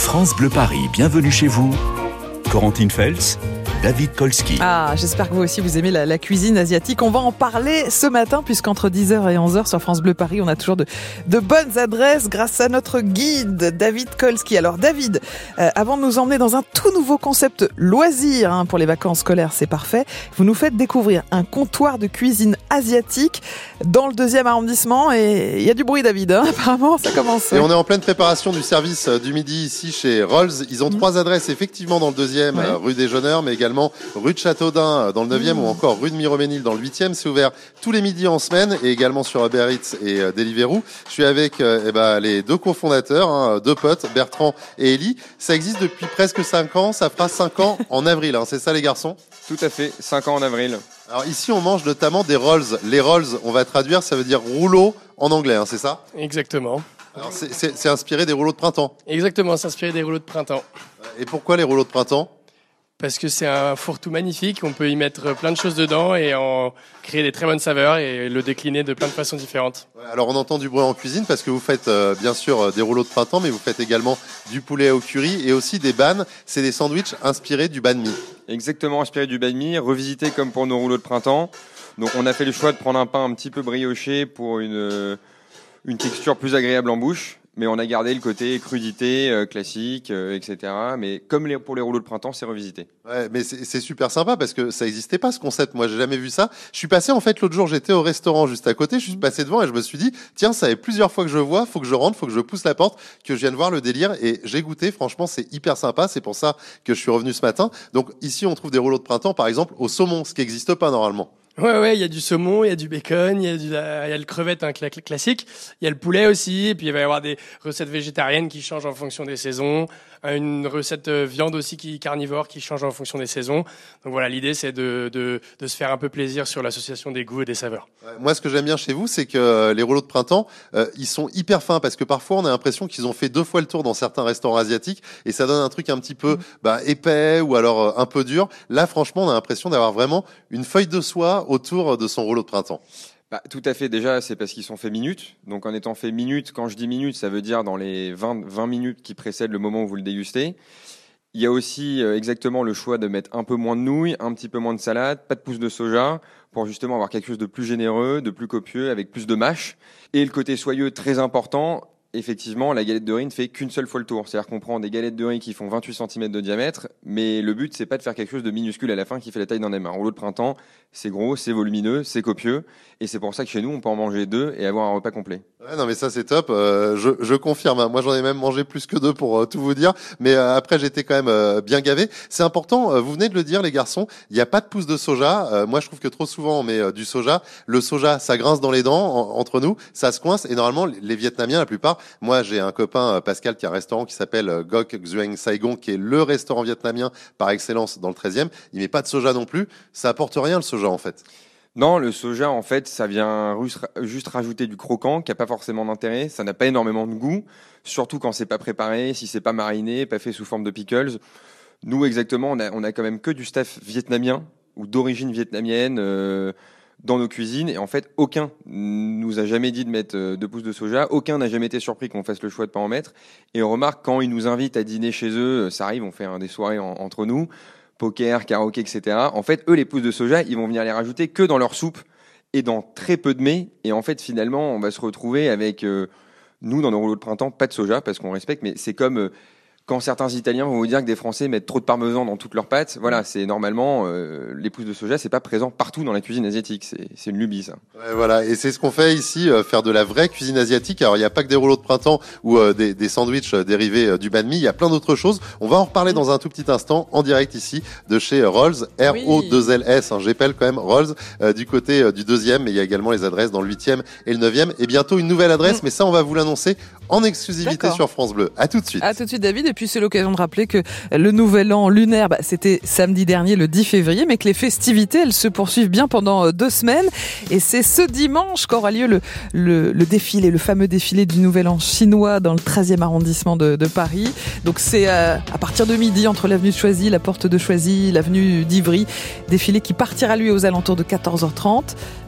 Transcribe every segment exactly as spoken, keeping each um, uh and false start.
France Bleu Paris, bienvenue chez vous. Corentine Feltz, David Kolski. Ah, j'espère que vous aussi vous aimez la, la cuisine asiatique. On va en parler ce matin puisqu'entre dix heures et onze heures sur France Bleu Paris, on a toujours de, de bonnes adresses grâce à notre guide David Kolski. Alors David, euh, avant de nous emmener dans un tout nouveau concept loisir hein, pour les vacances scolaires, c'est parfait. Vous nous faites découvrir un comptoir de cuisine asiatique dans le deuxième arrondissement et il y a du bruit David, hein, apparemment ça commence. Et on est en pleine préparation du service du midi ici chez Rolls. Ils ont mmh. trois adresses effectivement dans le deuxième, ouais. rue des Jeuneurs, mais également rue de Châteaudun dans le neuvième mmh. ou encore rue de Miroménil dans le huitième. C'est ouvert tous les midis en semaine et également sur Uber Eats et euh, Deliveroo. Je suis avec euh, eh ben, les deux cofondateurs, hein, deux potes, Bertrand et Élie. Ça existe depuis presque cinq ans. Ça fera cinq ans en avril. Hein. C'est ça les garçons ? Tout à fait, cinq ans en avril. Alors ici on mange notamment des rolls. Les rolls, on va traduire, ça veut dire rouleau en anglais, hein, c'est ça ? Exactement. Alors c'est, c'est, c'est inspiré des rouleaux de printemps. Exactement, c'est inspiré des rouleaux de printemps. Et pourquoi les rouleaux de printemps ? Parce que c'est un fourre-tout magnifique, on peut y mettre plein de choses dedans et en créer des très bonnes saveurs et le décliner de plein de façons différentes. Alors on entend du bruit en cuisine parce que vous faites euh, bien sûr des rouleaux de printemps, mais vous faites également du poulet au curry et aussi des bans. C'est des sandwichs inspirés du banh mi. Exactement, inspirés du banh mi, revisité comme pour nos rouleaux de printemps. Donc on a fait le choix de prendre un pain un petit peu brioché pour une, une texture plus agréable en bouche. Mais on a gardé le côté crudité euh, classique, euh, et cetera. Mais comme les, pour les rouleaux de printemps, c'est revisité. Ouais, mais c'est, c'est super sympa parce que ça n'existait pas ce concept. Moi, j'ai jamais vu ça. Je suis passé en fait l'autre jour, j'étais au restaurant juste à côté. Je suis passé devant et je me suis dit, tiens, ça fait plusieurs fois que je vois. Faut que je rentre, faut que je pousse la porte, que je vienne voir le délire. Et j'ai goûté. Franchement, c'est hyper sympa. C'est pour ça que je suis revenu ce matin. Donc ici, on trouve des rouleaux de printemps, par exemple, au saumon, ce qui n'existe pas normalement. Ouais, ouais, il y a du saumon, il y a du bacon, il y a du, il y a le crevette, hein, classique. Il y a le poulet aussi, et puis il va y avoir des recettes végétariennes qui changent en fonction des saisons. Une recette viande aussi qui carnivore qui change en fonction des saisons. Donc voilà, l'idée c'est de, de, de se faire un peu plaisir sur l'association des goûts et des saveurs. Ouais, moi, ce que j'aime bien chez vous, c'est que les rouleaux de printemps, euh, ils sont hyper fins parce que parfois on a l'impression qu'ils ont fait deux fois le tour dans certains restaurants asiatiques et ça donne un truc un petit peu mmh. bah, épais ou alors euh, un peu dur. Là, franchement, on a l'impression d'avoir vraiment une feuille de soie autour de son rouleau de printemps. Bah, tout à fait. Déjà, c'est parce qu'ils sont faits minutes. Donc, en étant faits minutes, quand je dis minutes, ça veut dire dans les vingt, vingt minutes qui précèdent le moment où vous le dégustez. Il y a aussi euh, exactement le choix de mettre un peu moins de nouilles, un petit peu moins de salade, pas de pousses de soja, pour justement avoir quelque chose de plus généreux, de plus copieux, avec plus de mâche. Et le côté soyeux, très important. Effectivement, la galette de riz ne fait qu'une seule fois le tour. C'est-à-dire qu'on prend des galettes de riz qui font vingt-huit centimètres de diamètre, mais le but, c'est pas de faire quelque chose de minuscule à la fin qui fait la taille d'un M. Un rouleau de printemps, c'est gros, c'est volumineux, c'est copieux, et c'est pour ça que chez nous, on peut en manger deux et avoir un repas complet. Ouais, non, mais ça, c'est top. Euh, je, je confirme. Moi, j'en ai même mangé plus que deux pour euh, tout vous dire. Mais euh, après, j'étais quand même euh, bien gavé. C'est important. Euh, vous venez de le dire, les garçons. Il n'y a pas de pousse de soja. Euh, moi, je trouve que trop souvent, on met euh, du soja. Le soja, ça grince dans les dents en, entre nous. Ça se coince. Et normalement, les Vietnamiens, la plupart. Moi, j'ai un copain, euh, Pascal, qui a un restaurant qui s'appelle euh, Gok Xueng Saigon, qui est le restaurant vietnamien par excellence dans le treizième. Il met pas de soja non plus. Ça apporte rien, le soja, en fait. Non, le soja, en fait, ça vient juste rajouter du croquant qui n'a pas forcément d'intérêt. Ça n'a pas énormément de goût, surtout quand c'est pas préparé, si c'est pas mariné, pas fait sous forme de pickles. Nous, exactement, on a, on a quand même que du staff vietnamien ou d'origine vietnamienne euh, dans nos cuisines. Et en fait, aucun nous a jamais dit de mettre deux pouces de soja. Aucun n'a jamais été surpris qu'on fasse le choix de pas en mettre. Et on remarque quand ils nous invitent à dîner chez eux, ça arrive, on fait hein, des soirées en, entre nous. Poker, karaoké, et cetera. En fait, eux, les pousses de soja, ils vont venir les rajouter que dans leur soupe et dans très peu de mets. Et en fait, finalement, on va se retrouver avec, euh, nous, dans nos rouleaux de printemps, pas de soja parce qu'on respecte, mais c'est comme... Euh, quand certains Italiens vont vous dire que des Français mettent trop de parmesan dans toutes leurs pâtes, voilà, c'est normalement euh, les pousses de soja, c'est pas présent partout dans la cuisine asiatique, c'est, c'est une lubie ça. Ouais, voilà, et c'est ce qu'on fait ici, euh, faire de la vraie cuisine asiatique. Alors il n'y a pas que des rouleaux de printemps ou euh, des, des sandwichs euh, dérivés euh, du banh mi, il y a plein d'autres choses. On va en reparler dans un tout petit instant en direct ici de chez Rolls, R O deux L S. Hein, j'appelle quand même Rolls euh, du côté euh, du deuxième, mais il y a également les adresses dans le huitième et le neuvième, et bientôt une nouvelle adresse, mmh. mais ça on va vous l'annoncer en exclusivité D'accord. sur France Bleu. À tout de suite. À tout de suite David, et puis c'est l'occasion de rappeler que le nouvel an lunaire, bah, c'était samedi dernier le dix février, mais que les festivités, elles se poursuivent bien pendant deux semaines. Et c'est ce dimanche qu'aura lieu le, le, le défilé, le fameux défilé du nouvel an chinois dans le treizième arrondissement de, de Paris. Donc c'est euh, à partir de midi entre l'avenue de Choisy, la porte de Choisy, l'avenue d'Ivry. Défilé qui partira lui aux alentours de quatorze heures trente.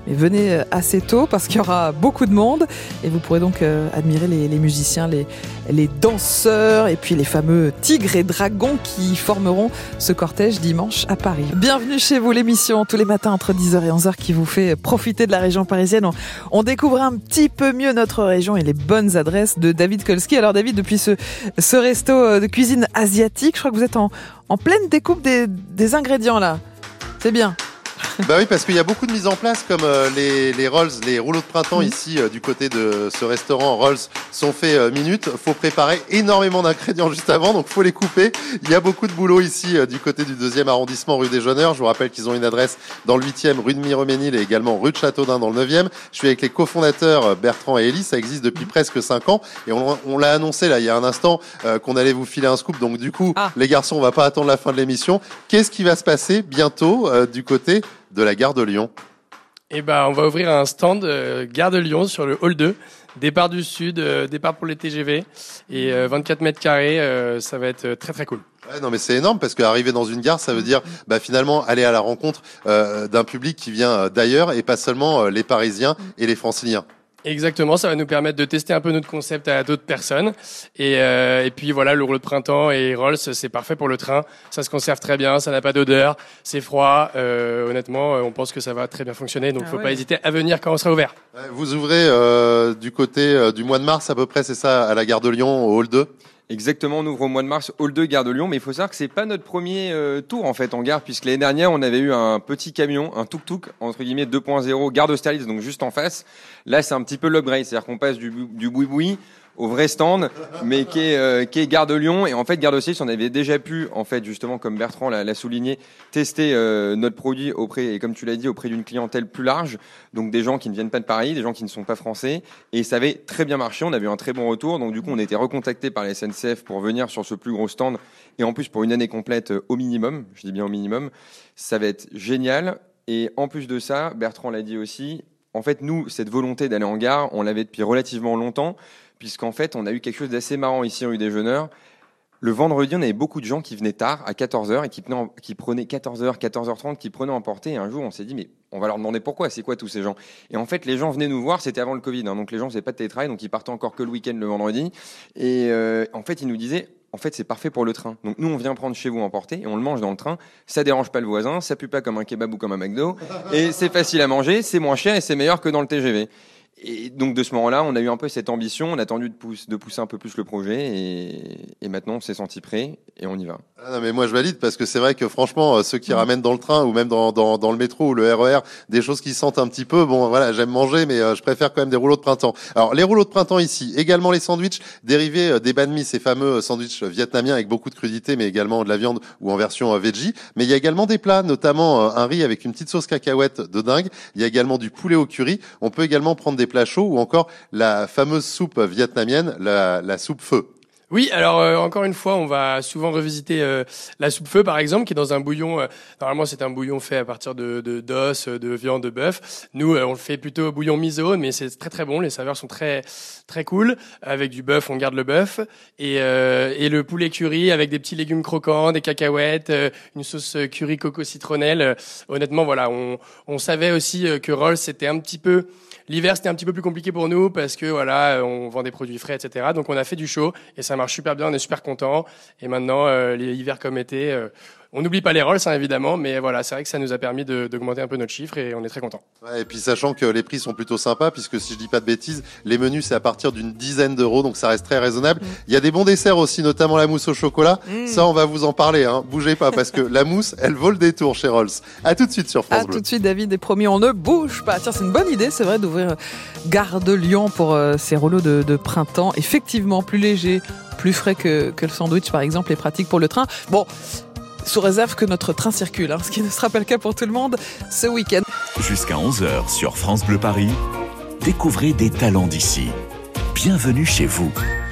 mais venez assez tôt parce qu'il y aura beaucoup de monde et vous pourrez donc euh, admirer les, les musiciens, les, les danseurs et puis les fameux tigres et dragons qui formeront ce cortège dimanche à Paris. Bienvenue chez vous, l'émission tous les matins entre dix heures et onze heures qui vous fait profiter de la région parisienne. On, on découvre un petit peu mieux notre région et les bonnes adresses de David Kolski. Alors David, depuis ce, ce resto de cuisine asiatique, je crois que vous êtes en, en pleine découpe des, des ingrédients là. C'est bien. Bah oui, parce qu'il y a beaucoup de mise en place, comme euh, les, les rolls, les rouleaux de printemps mmh. ici euh, du côté de ce restaurant rolls sont faits euh, minute. Faut préparer énormément d'ingrédients juste avant, donc faut les couper. Il y a beaucoup de boulot ici euh, du côté du deuxième arrondissement, rue des Jeuneurs. Je vous rappelle qu'ils ont une adresse dans le huitième, rue de Miromesnil, et également rue de Châteaudun dans le neuvième. Je suis avec les cofondateurs Bertrand et Élie. Ça existe depuis presque cinq ans et on, on l'a annoncé là il y a un instant euh, qu'on allait vous filer un scoop. Donc du coup, ah. les garçons, on va pas attendre la fin de l'émission. Qu'est-ce qui va se passer bientôt euh, du côté de la gare de Lyon? Eh ben, on va ouvrir un stand euh, gare de Lyon sur le hall deux, départ du sud, euh, départ pour les T G V et euh, vingt-quatre mètres carrés, euh, ça va être très très cool. Ouais, non mais c'est énorme parce qu'arriver dans une gare, ça veut dire bah finalement aller à la rencontre euh, d'un public qui vient d'ailleurs et pas seulement euh, les Parisiens et les Franciliens. Exactement, ça va nous permettre de tester un peu notre concept à d'autres personnes. Et, euh, et puis voilà, le rouleau de printemps et Rolls, c'est parfait pour le train. Ça se conserve très bien, ça n'a pas d'odeur, c'est froid. Euh, honnêtement, on pense que ça va très bien fonctionner. Donc, ah faut ouais. pas hésiter à venir quand on sera ouvert. Vous ouvrez euh, du côté euh, du mois de mars à peu près, c'est ça, à la gare de Lyon, au hall deux? Exactement, on ouvre au mois de mars, hall deux, gare de Lyon, mais il faut savoir que c'est pas notre premier euh, tour en fait en gare, puisque l'année dernière on avait eu un petit camion, un tuk-tuk entre guillemets deux point zéro, gare d'Austerlitz, donc juste en face. Là c'est un petit peu l'upgrade, c'est-à-dire qu'on passe du, du boui-boui au vrai stand, mais qui est, euh, qui est gare de Lyon. Et en fait, gare d'Austerlitz, on avait déjà pu, en fait, justement, comme Bertrand l'a, l'a souligné, tester euh, notre produit auprès, et comme tu l'as dit, auprès d'une clientèle plus large, donc des gens qui ne viennent pas de Paris, des gens qui ne sont pas français, et ça avait très bien marché. On avait eu un très bon retour, donc du coup, on a été recontacté par la S N C F pour venir sur ce plus gros stand, et en plus pour une année complète euh, au minimum. Je dis bien au minimum. Ça va être génial. Et en plus de ça, Bertrand l'a dit aussi. En fait, nous, cette volonté d'aller en gare, on l'avait depuis relativement longtemps, puisqu'en fait, on a eu quelque chose d'assez marrant ici, rue des Jeuneurs. Le vendredi, on avait beaucoup de gens qui venaient tard, à quatorze heures, et qui prenaient, qui prenaient quatorze heures, quatorze heures trente, qui prenaient à emporter. Et un jour, on s'est dit, mais on va leur demander pourquoi, c'est quoi tous ces gens? Et en fait, les gens venaient nous voir, c'était avant le Covid, hein, donc les gens faisaient pas de télétravail, donc ils partaient encore que le week-end le vendredi. Et euh, en fait, ils nous disaient, en fait, c'est parfait pour le train. Donc nous, on vient prendre chez vous emporter et on le mange dans le train. Ça dérange pas le voisin, ça pue pas comme un kebab ou comme un McDo, et c'est facile à manger, c'est moins cher et c'est meilleur que dans le T G V. Et donc de ce moment-là, on a eu un peu cette ambition, on a attendu de, pousse, de pousser un peu plus le projet et, et maintenant on s'est senti prêt et on y va. Ah non, mais moi je valide parce que c'est vrai que franchement, ceux qui ramènent dans le train ou même dans, dans, dans le métro ou le R E R des choses qui sentent un petit peu, bon voilà, j'aime manger mais euh, je préfère quand même des rouleaux de printemps. Alors les rouleaux de printemps ici, également les sandwichs dérivés euh, des banh mi, ces fameux sandwichs vietnamiens avec beaucoup de crudité mais également de la viande ou en version euh, veggie. Mais il y a également des plats, notamment euh, un riz avec une petite sauce cacahuète de dingue. Il y a également du poulet au curry. On peut également prendre des plats chauds ou encore la fameuse soupe vietnamienne, la, la soupe feu. Oui, alors euh, encore une fois, on va souvent revisiter euh, la soupe feu, par exemple, qui est dans un bouillon. Euh, normalement, c'est un bouillon fait à partir de, de d'os, de viande de bœuf. Nous, euh, on le fait plutôt bouillon miso, mais c'est très très bon. Les saveurs sont très très cool. Avec du bœuf, on garde le bœuf et euh, et le poulet curry avec des petits légumes croquants, des cacahuètes, euh, une sauce curry coco citronnelle. Euh, honnêtement, voilà, on on savait aussi euh, que Rolls c'était un petit peu l'hiver, c'était un petit peu plus compliqué pour nous parce que voilà, on vend des produits frais, et cetera. Donc on a fait du chaud et ça marche super bien, on est super contents. Et maintenant, euh, les hivers comme été, euh, on n'oublie pas les Rolls, hein, évidemment, mais voilà, c'est vrai que ça nous a permis de, d'augmenter un peu notre chiffre et on est très contents. Ouais, et puis sachant que les prix sont plutôt sympas, puisque si je dis pas de bêtises, les menus c'est à partir d'une dizaine d'euros, donc ça reste très raisonnable. Mmh. Il y a des bons desserts aussi, notamment la mousse au chocolat. Mmh. Ça, on va vous en parler, hein. Bougez pas, parce que la mousse, elle vaut le détour chez Rolls. À tout de suite sur France à Bleu. À tout de suite, David est promis, on ne bouge pas. Tiens, c'est une bonne idée, c'est vrai, d'ouvrir Gare de Lyon pour euh, ces rouleaux de, de printemps. Effectivement, plus léger, plus frais que, que le sandwich, par exemple, et pratique pour le train. Bon, sous réserve que notre train circule, hein, ce qui ne sera pas le cas pour tout le monde ce week-end. Jusqu'à onze heures sur France Bleu Paris, découvrez des talents d'ici. Bienvenue chez vous.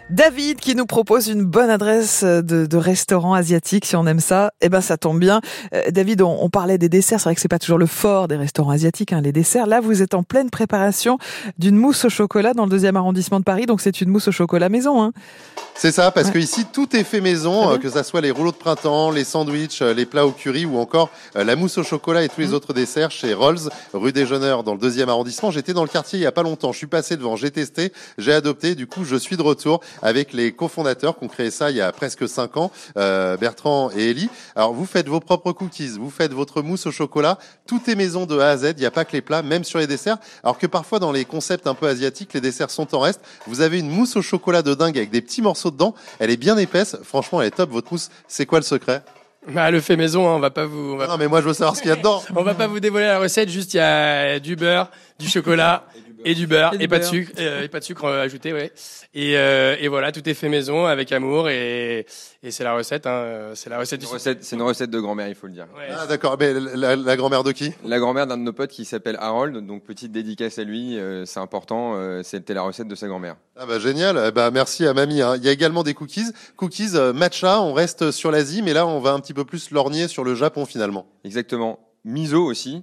David qui nous propose une bonne adresse de, de restaurant asiatique si on aime ça. Eh ben ça tombe bien. Euh, David, on, on parlait des desserts. C'est vrai que c'est pas toujours le fort des restaurants asiatiques, hein, les desserts. Là, vous êtes en pleine préparation d'une mousse au chocolat dans le deuxième arrondissement de Paris. Donc c'est une mousse au chocolat maison, hein. C'est ça, parce Ouais. que ici tout est fait maison, euh, que ça soit les rouleaux de printemps, les sandwichs, euh, les plats au curry ou encore euh, la mousse au chocolat et tous les Mmh. autres desserts chez Rolls, rue des Jeuneurs, dans le deuxième arrondissement. J'étais dans le quartier il y a pas longtemps. Je suis passé devant, j'ai testé, j'ai adopté. Du coup, je suis de retour avec les cofondateurs qui ont créé ça il y a presque cinq ans, euh, Bertrand et Élie. Alors, vous faites vos propres cookies, vous faites votre mousse au chocolat. Tout est maison de A à Z. Il n'y a pas que les plats, même sur les desserts. Alors que parfois, dans les concepts un peu asiatiques, les desserts sont en reste. Vous avez une mousse au chocolat de dingue avec des petits morceaux dedans. Elle est bien épaisse. Franchement, elle est top. Votre mousse, c'est quoi le secret? Bah, le fait maison, hein, on va pas vous, on va, Non, mais moi, je veux savoir ce qu'il y a dedans. on va pas vous dévoiler la recette. Juste, il y a du beurre, du chocolat et du beurre Et et, du pas beurre. de sucre, euh, et pas de sucre euh, ajouté, ouais. Et, euh, et voilà, tout est fait maison avec amour et, et c'est la recette, hein, c'est la recette C'est du une recette, c'est une recette de grand-mère, il faut le dire. Ouais. Ah, d'accord. Mais la, la grand-mère de qui? La grand-mère d'un de nos potes qui s'appelle Harold, donc petite dédicace à lui, euh, c'est important, euh, c'était la recette de sa grand-mère. Ah bah génial, eh bah merci à mamie, hein. Il y a également des cookies, cookies euh, matcha, on reste sur l'Asie, mais là on va un petit peu plus lorgner sur le Japon finalement. Exactement. Miso aussi.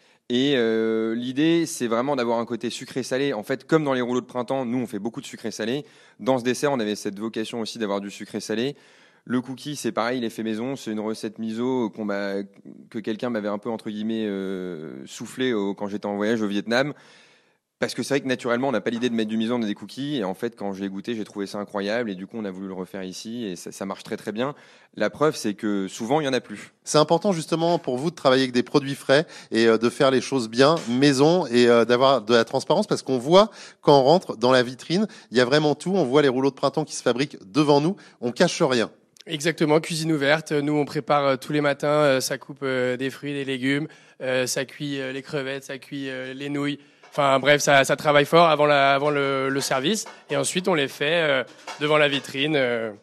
Et euh, l'idée, c'est vraiment d'avoir un côté sucré-salé. En fait, comme dans les rouleaux de printemps, nous, on fait beaucoup de sucré-salé. Dans ce dessert, on avait cette vocation aussi d'avoir du sucré-salé. Le cookie, c'est pareil, il est fait maison. C'est une recette miso qu'on m'a, que quelqu'un m'avait un peu, entre guillemets, euh, soufflé au, quand j'étais en voyage au Vietnam. Parce que c'est vrai que naturellement, on n'a pas l'idée de mettre du miso dans des cookies. Et en fait, quand je l'ai goûté, j'ai trouvé ça incroyable. Et du coup, on a voulu le refaire ici. Et ça, ça marche très, très bien. La preuve, c'est que souvent, il n'y en a plus. C'est important justement pour vous de travailler avec des produits frais et euh, de faire les choses bien, maison, et euh, d'avoir de la transparence parce qu'on voit quand on rentre dans la vitrine, il y a vraiment tout. On voit les rouleaux de printemps qui se fabriquent devant nous, on cache rien. Exactement, cuisine ouverte. Nous, on prépare euh, tous les matins. euh, ça coupe euh, des fruits, des légumes. euh, ça cuit euh, les crevettes, ça cuit euh, les nouilles. Enfin bref, ça, ça travaille fort avant, la, avant le, le service. Et ensuite, on les fait euh, devant la vitrine euh,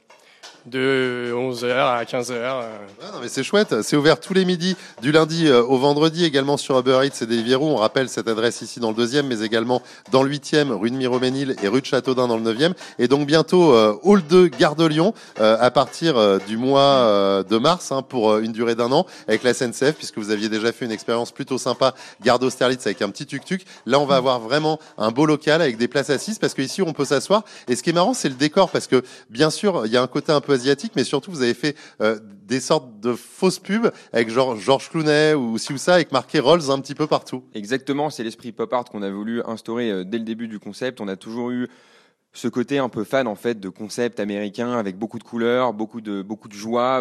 de onze heures à quinze heures. euh. Ah non mais c'est chouette, c'est ouvert tous les midis du lundi euh, au vendredi, également sur Uber Eats et Deliveroo. On rappelle cette adresse ici dans le deuxième, mais également dans le huitième, rue de Miroménil et rue de Châteaudun dans le neuvième. Et donc bientôt euh, Hall deux, Gare de Lyon, euh, à partir euh, du mois euh, de mars, hein, pour euh, une durée d'un an avec la S N C F, puisque vous aviez déjà fait une expérience plutôt sympa, Gare d'Austerlitz avec un petit tuk-tuk. Là on va avoir vraiment un beau local avec des places assises, parce que ici on peut s'asseoir. Et ce qui est marrant, c'est le décor, parce que bien sûr il y a un côté un peu asiatique, mais surtout vous avez fait euh, des sortes de fausses pubs avec genre Georges Clooney ou ci ou ça, avec marqué Rolls un petit peu partout. Exactement, c'est l'esprit pop art qu'on a voulu instaurer euh, dès le début du concept. On a toujours eu ce côté un peu fan en fait de concept américain avec beaucoup de couleurs, beaucoup de beaucoup de joie,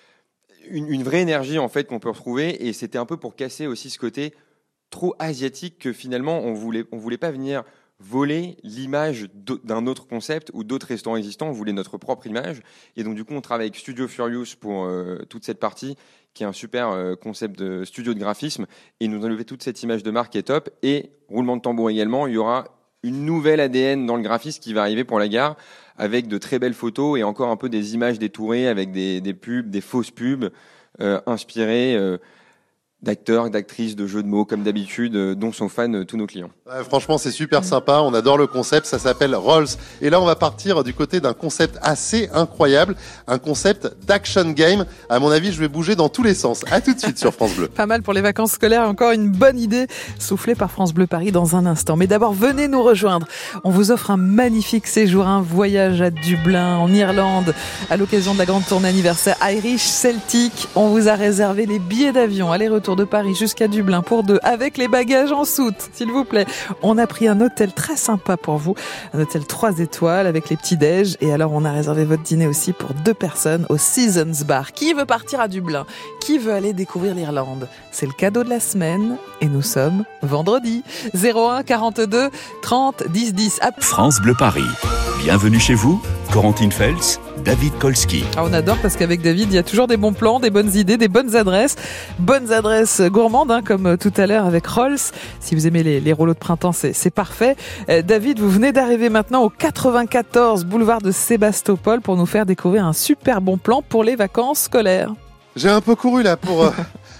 une, une vraie énergie en fait qu'on peut retrouver. Et c'était un peu pour casser aussi ce côté trop asiatique que finalement on voulait on voulait pas venir voler l'image d'un autre concept ou d'autres restaurants existants. On voulait notre propre image. Et donc, du coup, on travaille avec Studio Furious pour euh, toute cette partie, qui est un super euh, concept de studio de graphisme. Et nous enlever toute cette image de marque qui est top. Et, roulement de tambour également, il y aura une nouvelle A D N dans le graphisme qui va arriver pour la gare, avec de très belles photos et encore un peu des images détourées avec des, des pubs, des fausses pubs euh, inspirées euh, d'acteurs, d'actrices, de jeux de mots, comme d'habitude, euh, dont sont fans euh, tous nos clients. Ouais, franchement, c'est super sympa. On adore le concept. Ça s'appelle Rolls. Et là, on va partir du côté d'un concept assez incroyable. Un concept d'action game. À mon avis, je vais bouger dans tous les sens. À tout de suite sur France Bleu. Pas mal pour les vacances scolaires. Encore une bonne idée soufflée par France Bleu Paris dans un instant. Mais d'abord, venez nous rejoindre. On vous offre un magnifique séjour, un voyage à Dublin, en Irlande, à l'occasion de la grande tournée anniversaire Irish Celtic. On vous a réservé les billets d'avion, aller-retour de Paris jusqu'à Dublin pour deux, avec les bagages en soute, s'il vous plaît. On a pris un hôtel très sympa pour vous, un hôtel trois étoiles avec les petits-déj. Et alors, on a réservé votre dîner aussi pour deux personnes au Seasons Bar. Qui veut partir à Dublin? Qui veut aller découvrir l'Irlande? C'est le cadeau de la semaine et nous sommes vendredi. zéro un quarante-deux trente dix dix. À... France Bleu Paris. Bienvenue chez vous, Corentine Feltz, David Kolski. Ah, on adore parce qu'avec David, il y a toujours des bons plans, des bonnes idées, des bonnes adresses. Bonnes adresses gourmandes, hein, comme tout à l'heure avec Rolls. Si vous aimez les, les rouleaux de printemps, c'est, c'est parfait. Euh, David, vous venez d'arriver maintenant au quatre-vingt-quatorze boulevard de Sébastopol pour nous faire découvrir un super bon plan pour les vacances scolaires. J'ai un peu couru là pour... Euh...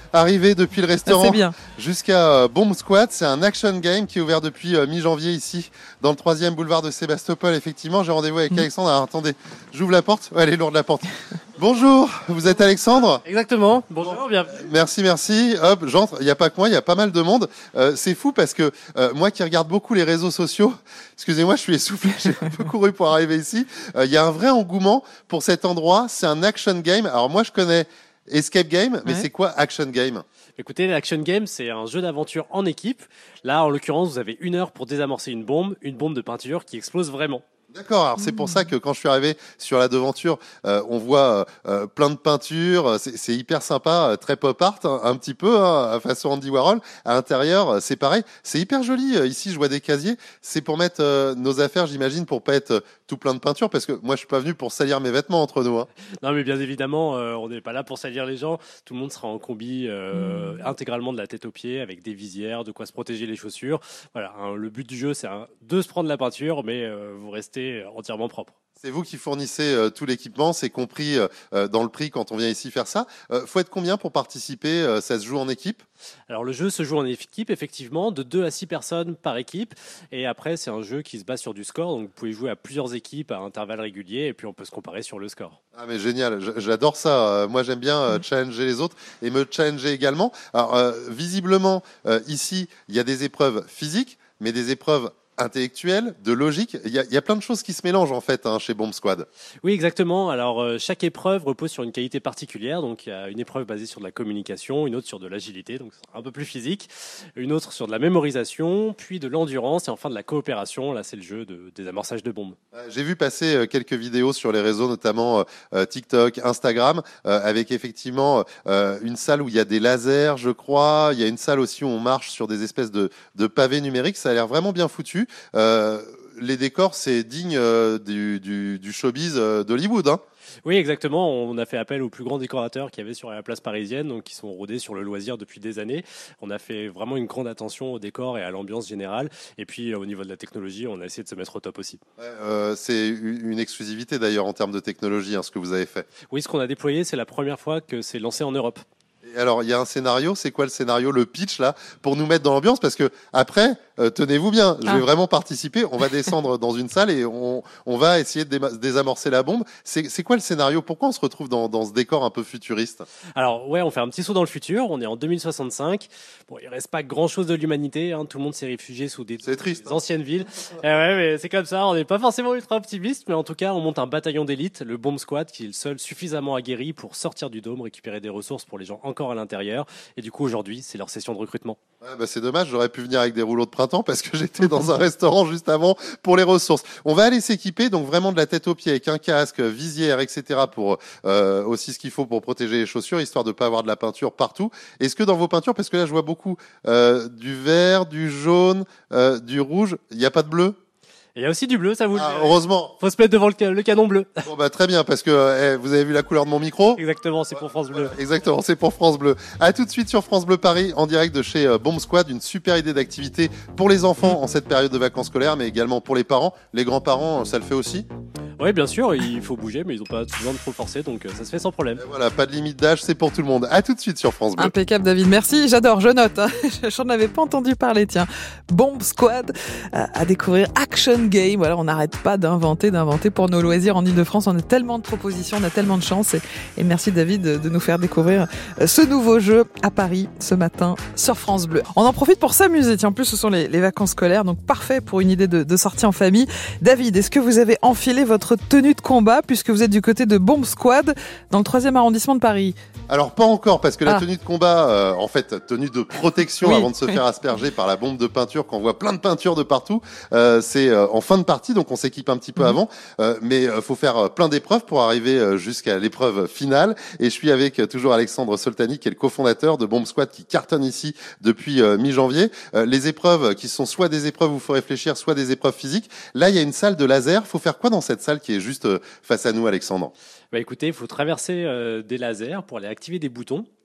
arriver depuis le Ah, restaurant c'est bien. jusqu'à euh, Bomb Squad. C'est un action game qui est ouvert depuis euh, mi-janvier ici, dans le troisième boulevard de Sébastopol. Effectivement, j'ai rendez-vous avec Mmh. Alexandre. Alors, attendez, j'ouvre la porte. Ouais, elle est lourde la porte. Bonjour, vous êtes Alexandre ? Exactement. Bonjour, bien. Merci, merci. Hop, j'entre. Il n'y a pas que moi, il y a pas mal de monde. Euh, c'est fou parce que euh, moi qui regarde beaucoup les réseaux sociaux, excusez-moi, je suis essoufflé, j'ai un peu couru pour arriver ici. Euh, Il y a un vrai engouement pour cet endroit. C'est un action game. Alors moi, je connais Escape Game, mais Ouais. c'est quoi action game ? Écoutez, l'Action Game, c'est un jeu d'aventure en équipe. Là, en l'occurrence, vous avez une heure pour désamorcer une bombe, une bombe de peinture qui explose vraiment. D'accord, alors c'est pour ça que quand je suis arrivé sur la devanture, euh, on voit euh, plein de peintures, c'est, c'est hyper sympa, euh, très pop art, hein, un petit peu, hein, façon Andy Warhol. À l'intérieur, euh, c'est pareil, c'est hyper joli. Euh, Ici, je vois des casiers, c'est pour mettre euh, nos affaires, j'imagine, pour pas être euh, tout plein de peinture, parce que moi, je suis pas venu pour salir mes vêtements entre nous. Hein. Non, mais bien évidemment, euh, on n'est pas là pour salir les gens. Tout le monde sera en combi euh, intégralement de la tête aux pieds, avec des visières, de quoi se protéger les chaussures. Voilà, hein, le but du jeu, c'est hein, de se prendre la peinture, mais euh, vous restez entièrement propre. C'est vous qui fournissez euh, tout l'équipement, c'est compris euh, dans le prix quand on vient ici faire ça. Euh, faut être combien pour participer ? euh, Ça se joue en équipe ? Alors le jeu se joue en équipe, effectivement, de deux à six personnes par équipe. Et après, c'est un jeu qui se base sur du score. Donc vous pouvez jouer à plusieurs équipes à intervalles réguliers et puis on peut se comparer sur le score. Ah mais génial, J- j'adore ça. Euh, moi j'aime bien euh, challenger les autres et me challenger également. Alors euh, visiblement euh, ici il y a des épreuves physiques, mais des épreuves intellectuelles, de logique. Il y a, il y a plein de choses qui se mélangent en fait hein, chez Bomb Squad. Oui, exactement. Alors, euh, chaque épreuve repose sur une qualité particulière. Donc, il y a une épreuve basée sur de la communication, une autre sur de l'agilité, donc c'est un peu plus physique, une autre sur de la mémorisation, puis de l'endurance et enfin de la coopération. Là, c'est le jeu de désamorçage de bombes. Euh, J'ai vu passer euh, quelques vidéos sur les réseaux, notamment euh, TikTok, Instagram, euh, avec effectivement euh, une salle où il y a des lasers, je crois. Il y a une salle aussi où on marche sur des espèces de, de pavés numériques. Ça a l'air vraiment bien foutu. Euh, les décors, c'est digne euh, du, du, du showbiz euh, d'Hollywood. Hein. Oui, exactement. On a fait appel aux plus grands décorateurs qu'il y avait sur la place parisienne, donc qui sont rodés sur le loisir depuis des années. On a fait vraiment une grande attention au décor et à l'ambiance générale. Et puis, au niveau de la technologie, on a essayé de se mettre au top aussi. Ouais, euh, c'est une exclusivité d'ailleurs en termes de technologie, hein, ce que vous avez fait. Oui, ce qu'on a déployé, c'est la première fois que c'est lancé en Europe. Et alors, il y a un scénario. C'est quoi le scénario, le pitch là, pour nous mettre dans l'ambiance ? Parce que après, euh, tenez-vous bien, je Ah. vais vraiment participer. On va descendre dans une salle et on, on va essayer de déma- désamorcer la bombe. C'est, c'est quoi le scénario ? Pourquoi on se retrouve dans, dans ce décor un peu futuriste ? Alors ouais, on fait un petit saut dans le futur. On est en deux mille soixante-cinq. Bon, il reste pas grand-chose de l'humanité. Hein. Tout le monde s'est réfugié sous des, C'est triste, des hein. anciennes villes. Eh ouais, mais c'est comme ça. On n'est pas forcément ultra optimiste, mais en tout cas, on monte un bataillon d'élite, le Bomb Squad, qui est le seul suffisamment aguerri pour sortir du dôme, récupérer des ressources pour les gens encore à l'intérieur. Et du coup, aujourd'hui, c'est leur session de recrutement. Ouais, bah c'est dommage, j'aurais pu venir avec des rouleaux de printemps parce que j'étais dans un restaurant juste avant pour les ressources. On va aller s'équiper, donc vraiment de la tête aux pieds avec un casque, visière, et cetera pour euh, aussi ce qu'il faut pour protéger les chaussures, histoire de pas avoir de la peinture partout. Est-ce que dans vos peintures, parce que là je vois beaucoup euh, du vert, du jaune, euh, du rouge, il n'y a pas de bleu ? Et il y a aussi du bleu, ça vous le Ah, verrez. heureusement. Faut se mettre devant le, ca- le canon bleu. Bon bah très bien, parce que euh, eh, vous avez vu la couleur de mon micro ? Exactement, c'est pour France Bleu. Voilà, exactement, c'est pour France Bleu. À tout de suite sur France Bleu Paris, en direct de chez euh, Bomb Squad, une super idée d'activité pour les enfants en cette période de vacances scolaires, mais également pour les parents. Les grands-parents, ça le fait aussi. Oui, bien sûr, il faut bouger, mais ils n'ont pas besoin de trop forcer, donc euh, ça se fait sans problème. Et voilà, pas de limite d'âge, c'est pour tout le monde. À tout de suite sur France Bleu. Impeccable, David. Merci. J'adore. Je note. Hein. J'en avais pas entendu parler. Tiens, Bomb Squad euh, à découvrir. Action Game. Voilà, on n'arrête pas d'inventer, d'inventer pour nos loisirs en Ile-de-France. On a tellement de propositions, on a tellement de chance. Et, et merci David de, de nous faire découvrir euh, ce nouveau jeu à Paris ce matin sur France Bleu. On en profite pour s'amuser. Tiens, en plus ce sont les, les vacances scolaires, donc parfait pour une idée de, de sortie en famille. David, est-ce que vous avez enfilé votre tenue de combat puisque vous êtes du côté de Bomb Squad dans le troisième arrondissement de Paris? Alors pas encore, parce que la Ah. tenue de combat, euh, en fait, tenue de protection Oui. avant de se faire asperger par la bombe de peinture, qu'on voit plein de peinture de partout, euh, c'est euh, en fin de partie, donc on s'équipe un petit peu Mhm. avant, euh, mais euh, faut faire euh, plein d'épreuves pour arriver euh, jusqu'à l'épreuve finale. Et je suis avec euh, toujours Alexandre Soltani, qui est le cofondateur de Bomb Squad, qui cartonne ici depuis euh, mi-janvier. Euh, les épreuves qui sont soit des épreuves où il faut réfléchir, soit des épreuves physiques. Là, il y a une salle de laser. Faut faire quoi dans cette salle qui est juste euh, face à nous, Alexandre? Bah écoutez, il faut traverser euh, des lasers pour aller activer des boutons.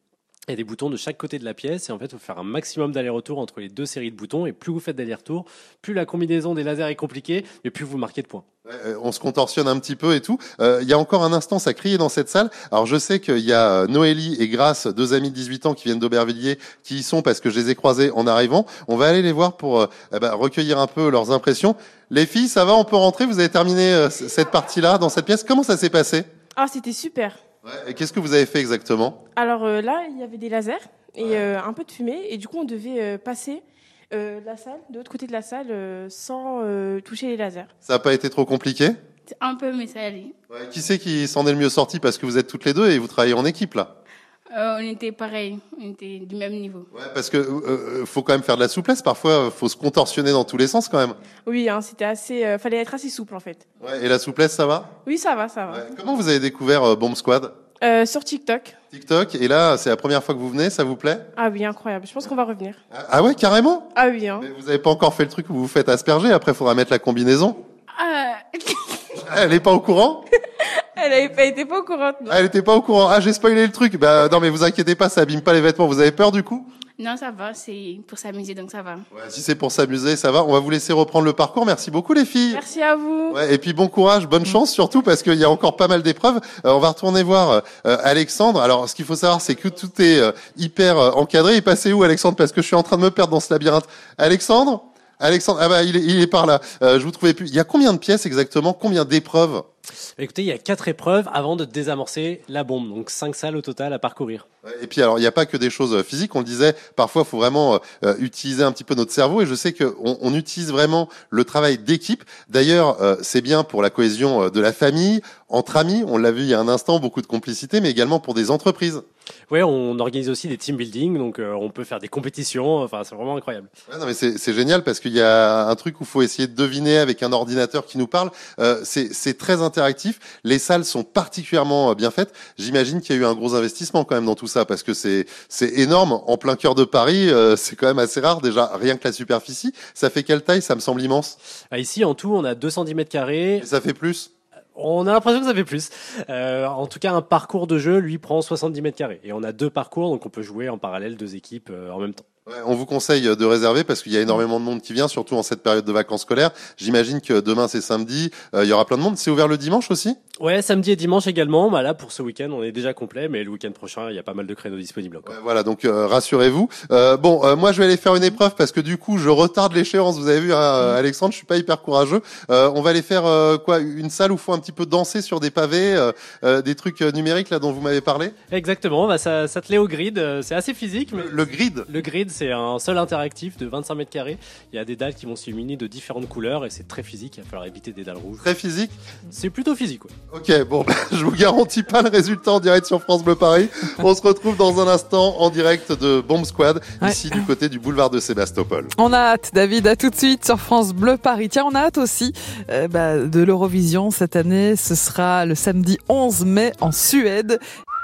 Il y a des boutons de chaque côté de la pièce et en fait, il faut faire un maximum d'aller-retour entre les deux séries de boutons et plus vous faites d'aller-retour, plus la combinaison des lasers est compliquée et plus vous marquez de points. Ouais, on se contorsionne un petit peu et tout. Euh, il y a encore un instant, ça criait dans cette salle. Alors je sais qu'il y a Noélie et Grace, deux amis de dix-huit ans qui viennent d'Aubervilliers, qui y sont parce que je les ai croisés en arrivant. On va aller les voir pour euh, eh ben, recueillir un peu leurs impressions. Les filles, ça va, on peut rentrer? Vous avez terminé euh, cette partie-là dans cette pièce. Comment ça s'est passé? Ah, c'était super. Ouais, et qu'est-ce que vous avez fait exactement? Alors euh, là, il y avait des lasers et euh, un peu de fumée. Et du coup, on devait euh, passer euh, la salle, de l'autre côté de la salle, euh, sans euh, toucher les lasers. Ça n'a pas été trop compliqué? Un peu, mais ça allait. Ouais, qui c'est qui s'en est le mieux sorti? Parce que vous êtes toutes les deux et vous travaillez en équipe, là. Euh, on était pareil, on était du même niveau. Ouais, parce que euh, faut quand même faire de la souplesse. Parfois, faut se contorsionner dans tous les sens quand même. Oui, hein, c'était assez. Euh, fallait être assez souple en fait. Ouais, et la souplesse, ça va? Oui, ça va, ça va. Ouais. Comment vous avez découvert euh, Bomb Squad? Euh, sur TikTok. TikTok. Et là, c'est la première fois que vous venez. Ça vous plaît? Ah oui, incroyable. Je pense qu'on va revenir. Ah, ah ouais, carrément? Ah oui. Hein. Mais vous avez pas encore fait le truc où vous vous faites asperger. Après, il faudra mettre la combinaison. Ah. Elle est pas au courant? Elle avait pas été pas au courant. Non. Ah, elle était pas au courant. Ah, j'ai spoilé le truc. Bah non, mais vous inquiétez pas, ça abîme pas les vêtements. Vous avez peur du coup? Non, ça va, c'est pour s'amuser, donc ça va. Ouais, si c'est pour s'amuser, ça va. On va vous laisser reprendre le parcours. Merci beaucoup les filles. Merci à vous. Ouais, et puis bon courage, bonne chance surtout parce qu'il y a encore pas mal d'épreuves. Euh, on va retourner voir euh, Alexandre. Alors, ce qu'il faut savoir, c'est que tout est euh, hyper euh, encadré. Il est passé où, Alexandre? Parce que je suis en train de me perdre dans ce labyrinthe. Alexandre? Alexandre, ah bah il est, il est par là. Euh, je vous trouvais plus. Il y a combien de pièces exactement? Combien d'épreuves? Écoutez, il y a quatre épreuves avant de désamorcer la bombe, donc cinq salles au total à parcourir. Et puis alors, il n'y a pas que des choses physiques. On le disait, parfois, il faut vraiment euh, utiliser un petit peu notre cerveau. Et je sais qu'on on utilise vraiment le travail d'équipe. D'ailleurs, euh, c'est bien pour la cohésion de la famille, entre amis. On l'a vu il y a un instant, beaucoup de complicité, mais également pour des entreprises. Ouais, on organise aussi des team building, donc euh, on peut faire des compétitions. Enfin, c'est vraiment incroyable. Ouais, non, mais c'est, c'est génial parce qu'il y a un truc où il faut essayer de deviner avec un ordinateur qui nous parle. Euh, c'est, c'est très interactif. Les salles sont particulièrement bien faites. J'imagine qu'il y a eu un gros investissement quand même dans tout ça parce que c'est, c'est énorme. En plein cœur de Paris, euh, c'est quand même assez rare. Déjà, rien que la superficie. Ça fait quelle taille? Ça me semble immense. Ah, ici, en tout, on a deux cent dix mètres carrés. Et ça fait plus? On a l'impression que ça fait plus. Euh, en tout cas, un parcours de jeu, lui, prend soixante-dix mètres carrés. Et on a deux parcours, donc on peut jouer en parallèle deux équipes euh, en même temps. Ouais, on vous conseille de réserver parce qu'il y a énormément de monde qui vient, surtout en cette période de vacances scolaires. J'imagine que demain c'est samedi, euh, il y aura plein de monde. C'est ouvert le dimanche aussi? Ouais, samedi et dimanche également. Bah là, pour ce week-end, on est déjà complet, mais le week-end prochain, il y a pas mal de créneaux disponibles encore. Ouais, voilà, donc euh, rassurez-vous. Euh, bon, euh, moi je vais aller faire une épreuve parce que du coup, je retarde l'échéance. Vous avez vu, hein, euh, Alexandre, je suis pas hyper courageux. Euh, on va aller faire euh, quoi? Une salle où il faut un petit peu danser sur des pavés, euh, euh, des trucs numériques là dont vous m'avez parlé. Exactement. Bah ça, ça te l'est au grid. C'est assez physique, mais le, le grid. Le grid, c'est un seul interactif de vingt-cinq mètres carrés. Il y a des dalles qui vont s'illuminer de différentes couleurs et c'est très physique. Il va falloir éviter des dalles rouges. Très physique. C'est plutôt physique, ouais. Ok, bon, bah, je vous garantis pas le résultat en direct sur France Bleu Paris. On se retrouve dans un instant en direct de Bomb Squad, ouais. Ici du côté du boulevard de Sébastopol. On a hâte, David, à tout de suite sur France Bleu Paris. Tiens, on a hâte aussi euh, bah, de l'Eurovision cette année. Ce sera le samedi onze mai en Suède.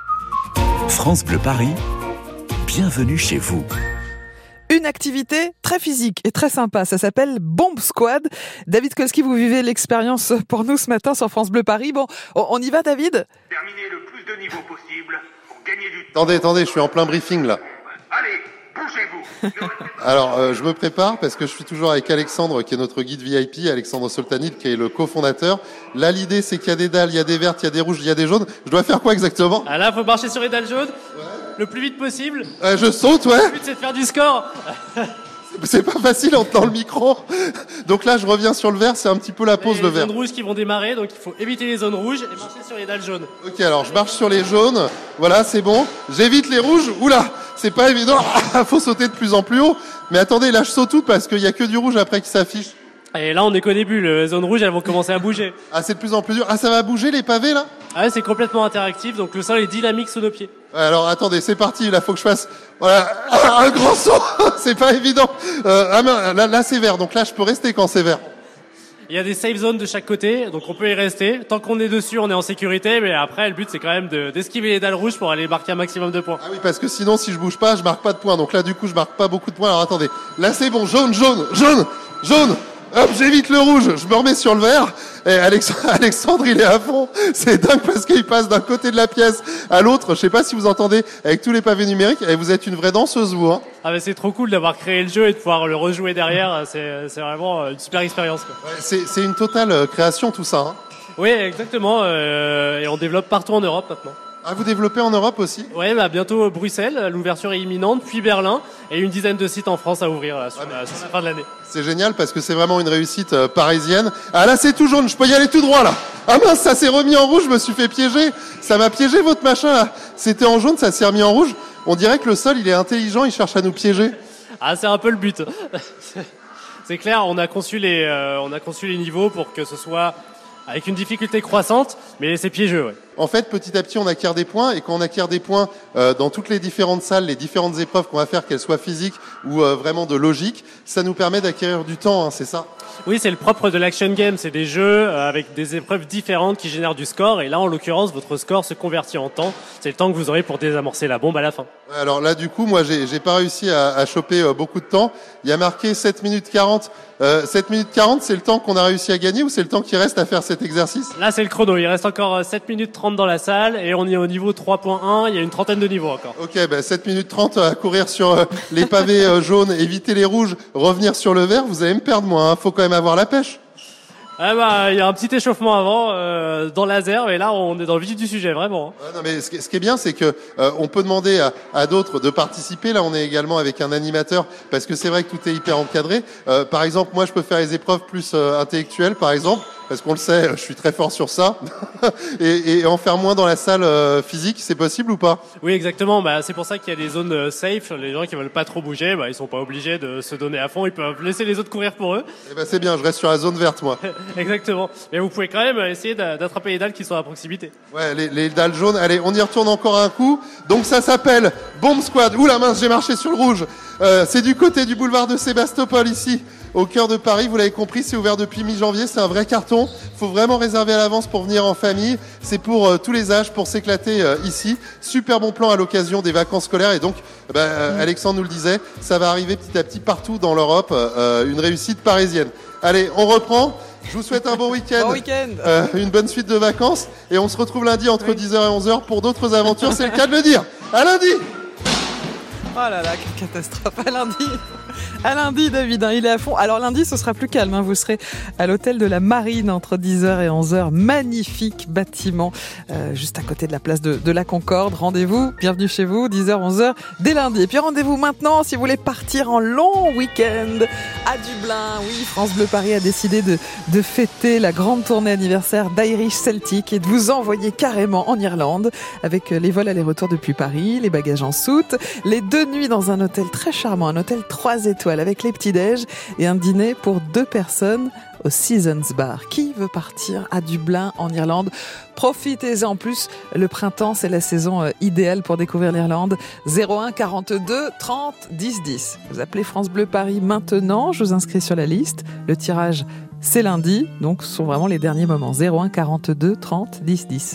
France Bleu Paris, bienvenue chez vous. Une activité très physique et très sympa, ça s'appelle Bomb Squad. David Kolski, vous vivez l'expérience pour nous ce matin sur France Bleu Paris. Bon, on y va, David? Terminer le plus de niveaux possible pour gagner du temps. Attendez, attendez, je suis en plein briefing là. Allez, bougez-vous. Alors, euh, je me prépare parce que je suis toujours avec Alexandre, qui est notre guide V I P, Alexandre Soltanid, qui est le cofondateur. Là, l'idée, c'est qu'il y a des dalles, il y a des vertes, il y a des rouges, il y a des jaunes. Je dois faire quoi exactement? Ah là, faut marcher sur les dalles jaunes. Ouais. Le plus vite possible. Euh, je saute, ouais. Le but, c'est de faire du score. C'est pas facile en tenant le micro. Donc là, je reviens sur le vert, c'est un petit peu la pause, le vert. Il y a des zones rouges qui vont démarrer, donc il faut éviter les zones rouges et marcher sur les dalles jaunes. Ok, alors je marche sur les jaunes. Voilà, c'est bon. J'évite les rouges. Oula, c'est pas évident. Faut sauter de plus en plus haut. Mais attendez, là, je saute tout parce qu'il y a que du rouge après qui s'affiche. Et là, on est qu'au début. Les zones rouges, elles vont commencer à bouger. Ah, c'est de plus en plus dur. Ah, ça va bouger les pavés là? Ah ouais, c'est complètement interactif, donc le sol est dynamique sous nos pieds. Alors attendez, c'est parti. Là, faut que je fasse voilà un grand saut. C'est pas évident. Euh, ah, mais, là, là, c'est vert. Donc là, je peux rester quand c'est vert. Il y a des safe zones de chaque côté, donc on peut y rester. Tant qu'on est dessus, on est en sécurité, mais après, le but, c'est quand même de, d'esquiver les dalles rouges pour aller marquer un maximum de points. Ah oui, parce que sinon, si je bouge pas, je marque pas de points. Donc là, du coup, je marque pas beaucoup de points. Alors attendez, là, c'est bon. Jaune, jaune, jaune, jaune. Hop, j'évite le rouge, je me remets sur le vert. Et Alexandre, Alexandre, il est à fond. C'est dingue parce qu'il passe d'un côté de la pièce à l'autre. Je sais pas si vous entendez avec tous les pavés numériques. Et vous êtes une vraie danseuse, vous. Hein. Ah, mais c'est trop cool d'avoir créé le jeu et de pouvoir le rejouer derrière. C'est, c'est vraiment une super expérience. Quoi. Ouais, c'est, c'est une totale euh, création, tout ça. Hein. Oui, exactement. Euh, et on développe partout en Europe maintenant. Ah, vous développez en Europe aussi? Oui, bah, bientôt Bruxelles, l'ouverture est imminente, puis Berlin, et une dizaine de sites en France à ouvrir là, sur, ah, la, sur la fin de l'année. C'est génial parce que c'est vraiment une réussite euh, parisienne. Ah là, c'est tout jaune, je peux y aller tout droit là. Ah mince, ça s'est remis en rouge, je me suis fait piéger. Ça m'a piégé votre machin là. C'était en jaune, ça s'est remis en rouge. On dirait que le sol, il est intelligent, il cherche à nous piéger. Ah, c'est un peu le but. C'est clair, on a conçu les, euh, on a conçu les niveaux pour que ce soit avec une difficulté croissante, mais c'est piégeux, ouais. En fait, petit à petit, on acquiert des points, et quand on acquiert des points euh, dans toutes les différentes salles, les différentes épreuves qu'on va faire, qu'elles soient physiques ou euh, vraiment de logique, ça nous permet d'acquérir du temps, hein, c'est ça? Oui, c'est le propre de l'action game, c'est des jeux euh, avec des épreuves différentes qui génèrent du score, et là, en l'occurrence, votre score se convertit en temps. C'est le temps que vous aurez pour désamorcer la bombe à la fin. Ouais, alors là, du coup, moi, j'ai, j'ai pas réussi à, à choper euh, beaucoup de temps. Il y a marqué sept minutes quarante. Euh, sept minutes quarante, c'est le temps qu'on a réussi à gagner ou c'est le temps qui reste à faire cet exercice? Là, c'est le chrono. Il reste encore sept minutes trente dans la salle et on est au niveau trois point un. Il y a une trentaine de niveaux encore. Ok, bah sept minutes trente à courir sur euh, les pavés euh, jaunes, éviter les rouges, revenir sur le vert. Vous allez me perdre, moi. Hein. Faut quand même avoir la pêche. Ah bah, il y a un petit échauffement avant euh, dans le laser, mais là, on est dans le vif du sujet, vraiment. Ouais, non, mais ce qui, ce qui est bien, c'est que euh, on peut demander à, à d'autres de participer. Là, on est également avec un animateur, parce que c'est vrai que tout est hyper encadré. Euh, par exemple, moi, je peux faire les épreuves plus euh, intellectuelles, par exemple, parce qu'on le sait, je suis très fort sur ça. et, et en faire moins dans la salle euh, physique, c'est possible ou pas? Oui, exactement. Bah, c'est pour ça qu'il y a des zones euh, safe. Les gens qui veulent pas trop bouger, bah, ils sont pas obligés de se donner à fond. Ils peuvent laisser les autres courir pour eux. Eh ben, c'est bien. Je reste sur la zone verte, moi. Exactement. Mais vous pouvez quand même essayer d'attraper les dalles qui sont à proximité. Ouais, les, les dalles jaunes. Allez, on y retourne encore un coup. Donc ça s'appelle Bomb Squad. Ouh la mince, j'ai marché sur le rouge. Euh, c'est du côté du boulevard de Sébastopol ici, au cœur de Paris. Vous l'avez compris, c'est ouvert depuis mi-janvier. C'est un vrai carton. Faut vraiment réserver à l'avance pour venir en famille. C'est pour euh, tous les âges, pour s'éclater euh, ici. Super bon plan à l'occasion des vacances scolaires. Et donc, bah, euh, Alexandre nous le disait, ça va arriver petit à petit partout dans l'Europe. Euh, une réussite parisienne. Allez, on reprend. Je vous souhaite un bon week-end, bon week-end. Euh, une bonne suite de vacances, et on se retrouve lundi entre oui. dix heures et onze heures pour d'autres aventures, c'est le cas de le dire. À lundi. Oh là là, quelle catastrophe. À lundi. À lundi, David, hein, il est à fond. Alors lundi, ce sera plus calme. Hein. Vous serez à l'hôtel de la Marine entre dix heures et onze heures. Magnifique bâtiment, euh, juste à côté de la place de, de la Concorde. Rendez-vous, bienvenue chez vous, dix heures, onze heures, dès lundi. Et puis rendez-vous maintenant si vous voulez partir en long week-end à Dublin. Oui, France Bleu Paris a décidé de, de fêter la grande tournée anniversaire d'Irish Celtic et de vous envoyer carrément en Irlande avec les vols aller-retour depuis Paris, les bagages en soute, les deux nuits dans un hôtel très charmant, un hôtel trois étoiles avec les petits-déj et un dîner pour deux personnes au Seasons Bar. Qui veut partir à Dublin en Irlande? Profitez-en. En plus, le printemps, c'est la saison idéale pour découvrir l'Irlande. zéro un quarante-deux trente dix dix. Vous appelez France Bleu Paris maintenant. Je vous inscris sur la liste. Le tirage, c'est lundi. Donc, ce sont vraiment les derniers moments. zéro un quarante-deux trente dix dix.